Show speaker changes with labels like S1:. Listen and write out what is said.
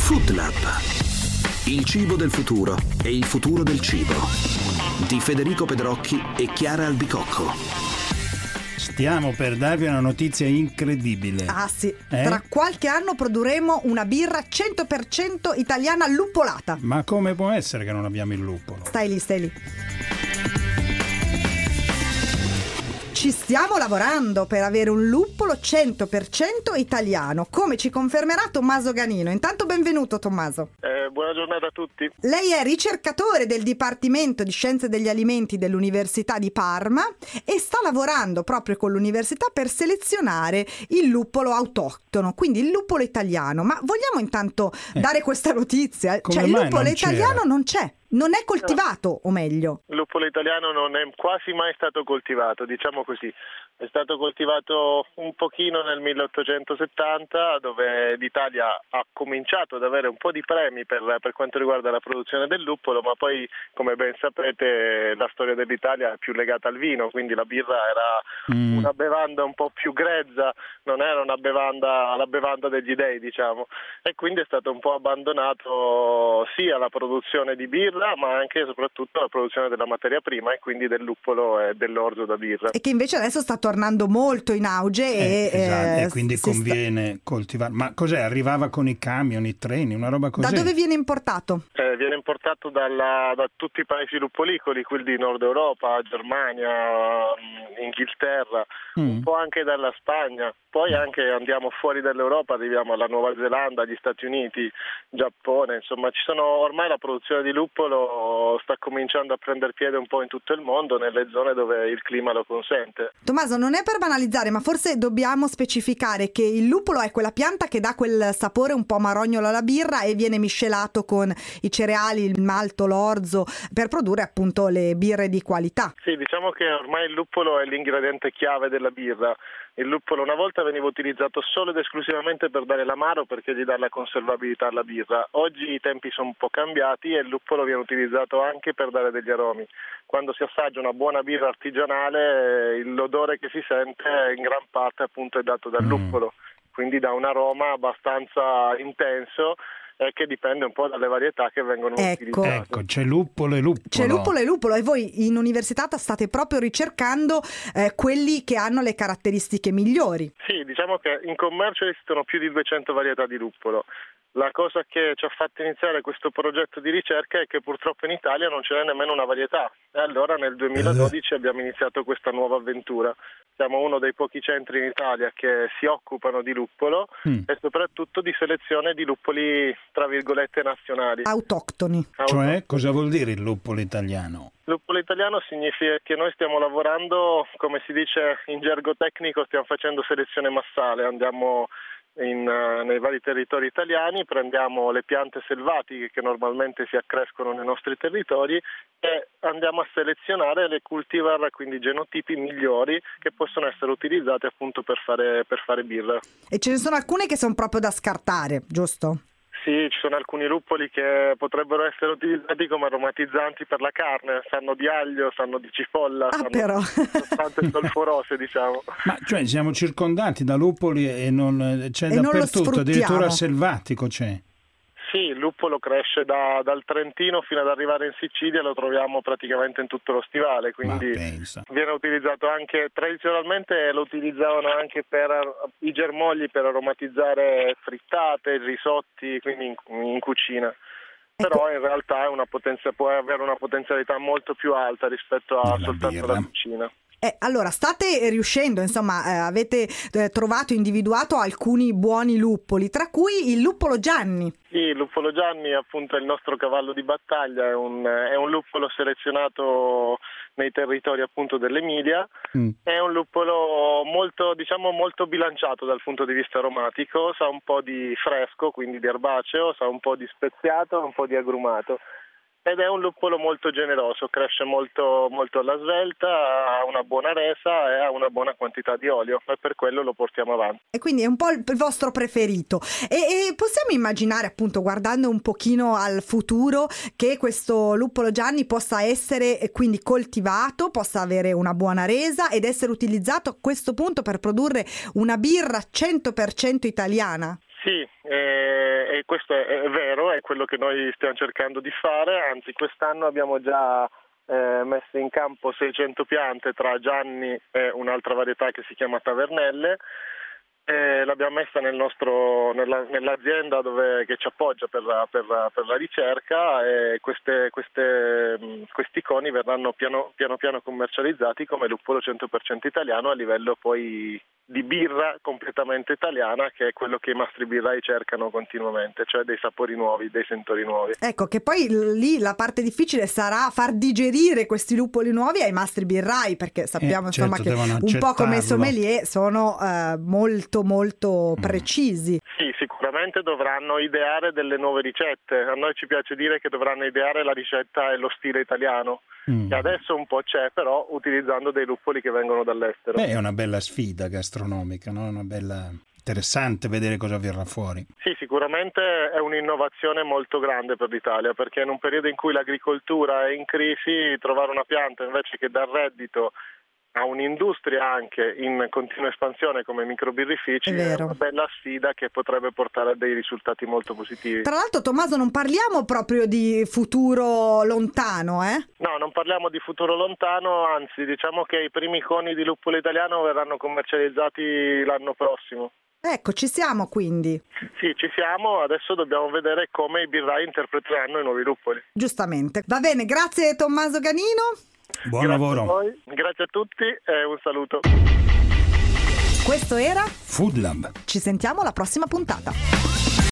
S1: Food Lab. Il cibo del futuro e il futuro del cibo. Di Federico Pedrocchi e Chiara Albicocco.
S2: Stiamo per darvi una notizia incredibile.
S3: Ah sì, tra qualche anno produrremo una birra 100% italiana luppolata.
S2: Ma come può essere che non abbiamo il luppolo?
S3: Stai lì. Ci stiamo lavorando per avere un luppolo 100% italiano, come ci confermerà Tommaso Ganino. Intanto benvenuto Tommaso.
S4: Buona giornata a tutti.
S3: Lei è ricercatore del Dipartimento di Scienze degli Alimenti dell'Università di Parma e sta lavorando proprio con l'università per selezionare il luppolo autoctono, quindi il luppolo italiano. Ma vogliamo intanto dare questa notizia?
S2: Come
S3: cioè il
S2: mai
S3: luppolo
S2: non
S3: italiano
S2: c'era?
S3: non c'è. Non è coltivato, o meglio.
S4: Il luppolo italiano non è quasi mai stato coltivato, diciamo così. È stato coltivato un pochino nel 1870, dove l'Italia ha cominciato ad avere un po' di premi per quanto riguarda la produzione del luppolo, ma poi, come ben sapete, la storia dell'Italia è più legata al vino, quindi la birra era una bevanda un po' più grezza, non era una bevanda, la bevanda degli dei, diciamo. E quindi è stato un po' abbandonato sia la produzione di birra, ma anche e soprattutto la produzione della materia prima e quindi del luppolo e dell'orzo da birra.
S3: E che invece adesso sta tornando molto in auge
S2: e quindi conviene coltivare. Ma cos'è? Arrivava con i camion, i treni, una roba così?
S3: Da dove viene importato?
S4: Viene importato da tutti i paesi luppolicoli, quelli di Nord Europa, Germania, Inghilterra, un po' anche dalla Spagna. Poi anche andiamo fuori dall'Europa, arriviamo alla Nuova Zelanda, agli Stati Uniti, Giappone, insomma ormai la produzione di luppolo sta cominciando a prendere piede un po' in tutto il mondo, nelle zone dove il clima lo consente.
S3: Tommaso, non è per banalizzare, ma forse dobbiamo specificare che il luppolo è quella pianta che dà quel sapore un po' marognolo alla birra e viene miscelato con i cereali, il malto, l'orzo, per produrre appunto le birre di qualità.
S4: Sì, diciamo che ormai il luppolo è l'ingrediente chiave della birra. Il luppolo una volta veniva utilizzato solo ed esclusivamente per dare l'amaro, perché gli dà la conservabilità alla birra. Oggi i tempi sono un po' cambiati e il luppolo viene utilizzato anche per dare degli aromi. Quando si assaggia una buona birra artigianale, l'odore che si sente in gran parte appunto è dato dal luppolo, quindi dà un aroma abbastanza intenso e che dipende un po' dalle varietà che vengono utilizzate.
S2: Ecco, c'è luppolo e luppolo.
S3: C'è luppolo e luppolo, e voi in università state proprio ricercando quelli che hanno le caratteristiche migliori.
S4: Sì, diciamo che in commercio esistono più di 200 varietà di luppolo. La cosa che ci ha fatto iniziare questo progetto di ricerca è che purtroppo in Italia non ce n'è nemmeno una varietà. E allora nel 2012 abbiamo iniziato questa nuova avventura. Siamo uno dei pochi centri in Italia che si occupano di luppolo e soprattutto di selezione di luppoli, tra virgolette, nazionali.
S3: Autoctoni.
S2: Cioè, cosa vuol dire il luppolo italiano?
S4: Il luppolo italiano significa che noi stiamo lavorando, come si dice in gergo tecnico, stiamo facendo selezione massale, andiamo nei vari territori italiani, prendiamo le piante selvatiche che normalmente si accrescono nei nostri territori e andiamo a selezionare le cultivar, quindi genotipi migliori che possono essere utilizzati appunto per fare birra.
S3: E ce ne sono alcune che sono proprio da scartare, giusto?
S4: Sì, ci sono alcuni luppoli che potrebbero essere utilizzati come aromatizzanti per la carne, sanno di aglio, sanno di cipolla,
S3: però.
S4: sostanze solforose, diciamo.
S2: Ma cioè siamo circondati da luppoli e non c'è
S3: e
S2: dappertutto, addirittura selvatico c'è.
S4: Sì, il luppolo cresce dal Trentino fino ad arrivare in Sicilia, lo troviamo praticamente in tutto lo stivale, quindi viene utilizzato anche, tradizionalmente lo utilizzavano anche per i germogli per aromatizzare frittate, risotti, quindi in cucina. Però in realtà può avere una potenzialità molto più alta rispetto a soltanto la cucina.
S3: Allora, state riuscendo, insomma, avete trovato, individuato alcuni buoni luppoli, tra cui il luppolo Gianni.
S4: Sì, il luppolo Gianni appunto è il nostro cavallo di battaglia, è un luppolo selezionato nei territori appunto dell'Emilia, è un luppolo molto bilanciato dal punto di vista aromatico, sa un po' di fresco, quindi di erbaceo, sa un po' di speziato, un po' di agrumato. Ed è un luppolo molto generoso, cresce molto, molto alla svelta, ha una buona resa e ha una buona quantità di olio e per quello lo portiamo avanti.
S3: E quindi è un po' il vostro preferito. E possiamo immaginare, appunto, guardando un pochino al futuro, che questo luppolo Gianni possa essere quindi coltivato, possa avere una buona resa ed essere utilizzato a questo punto per produrre una birra 100% italiana?
S4: Sì, e questo è vero, è quello che noi stiamo cercando di fare, anzi quest'anno abbiamo già messo in campo 600 piante tra Gianni e un'altra varietà che si chiama Tavernelle. L'abbiamo messa nell'azienda che ci appoggia per la ricerca, e questi coni verranno piano piano commercializzati come luppolo 100% italiano, a livello poi di birra completamente italiana, che è quello che i mastri birrai cercano continuamente, cioè dei sapori nuovi, dei sentori nuovi.
S3: Ecco, che poi lì la parte difficile sarà far digerire questi luppoli nuovi ai mastri birrai, perché sappiamo insomma che un po' come i sommelier sono molto precisi.
S4: Sì, sicuramente dovranno ideare delle nuove ricette. A noi ci piace dire che dovranno ideare la ricetta e lo stile italiano, che adesso un po' c'è, però utilizzando dei luppoli che vengono dall'estero.
S2: È una bella sfida gastronomica, no? Una bella... interessante vedere cosa verrà fuori.
S4: Sì, sicuramente è un'innovazione molto grande per l'Italia, perché in un periodo in cui l'agricoltura è in crisi, trovare una pianta invece che dar reddito a un'industria anche in continua espansione come i microbirrifici è una bella sfida che potrebbe portare a dei risultati molto positivi.
S3: Tra l'altro, Tommaso, non parliamo proprio di futuro lontano,
S4: No, non parliamo di futuro lontano, anzi diciamo che i primi coni di luppolo italiano verranno commercializzati l'anno prossimo.
S3: Ecco, ci siamo quindi.
S4: Sì, ci siamo, adesso dobbiamo vedere come i birrai interpreteranno i nuovi luppoli.
S3: Giustamente. Va bene, grazie Tommaso Ganino.
S2: Buon lavoro.
S4: A voi. Grazie a tutti e un saluto.
S3: Questo era
S2: Food Lab.
S3: Ci sentiamo alla prossima puntata.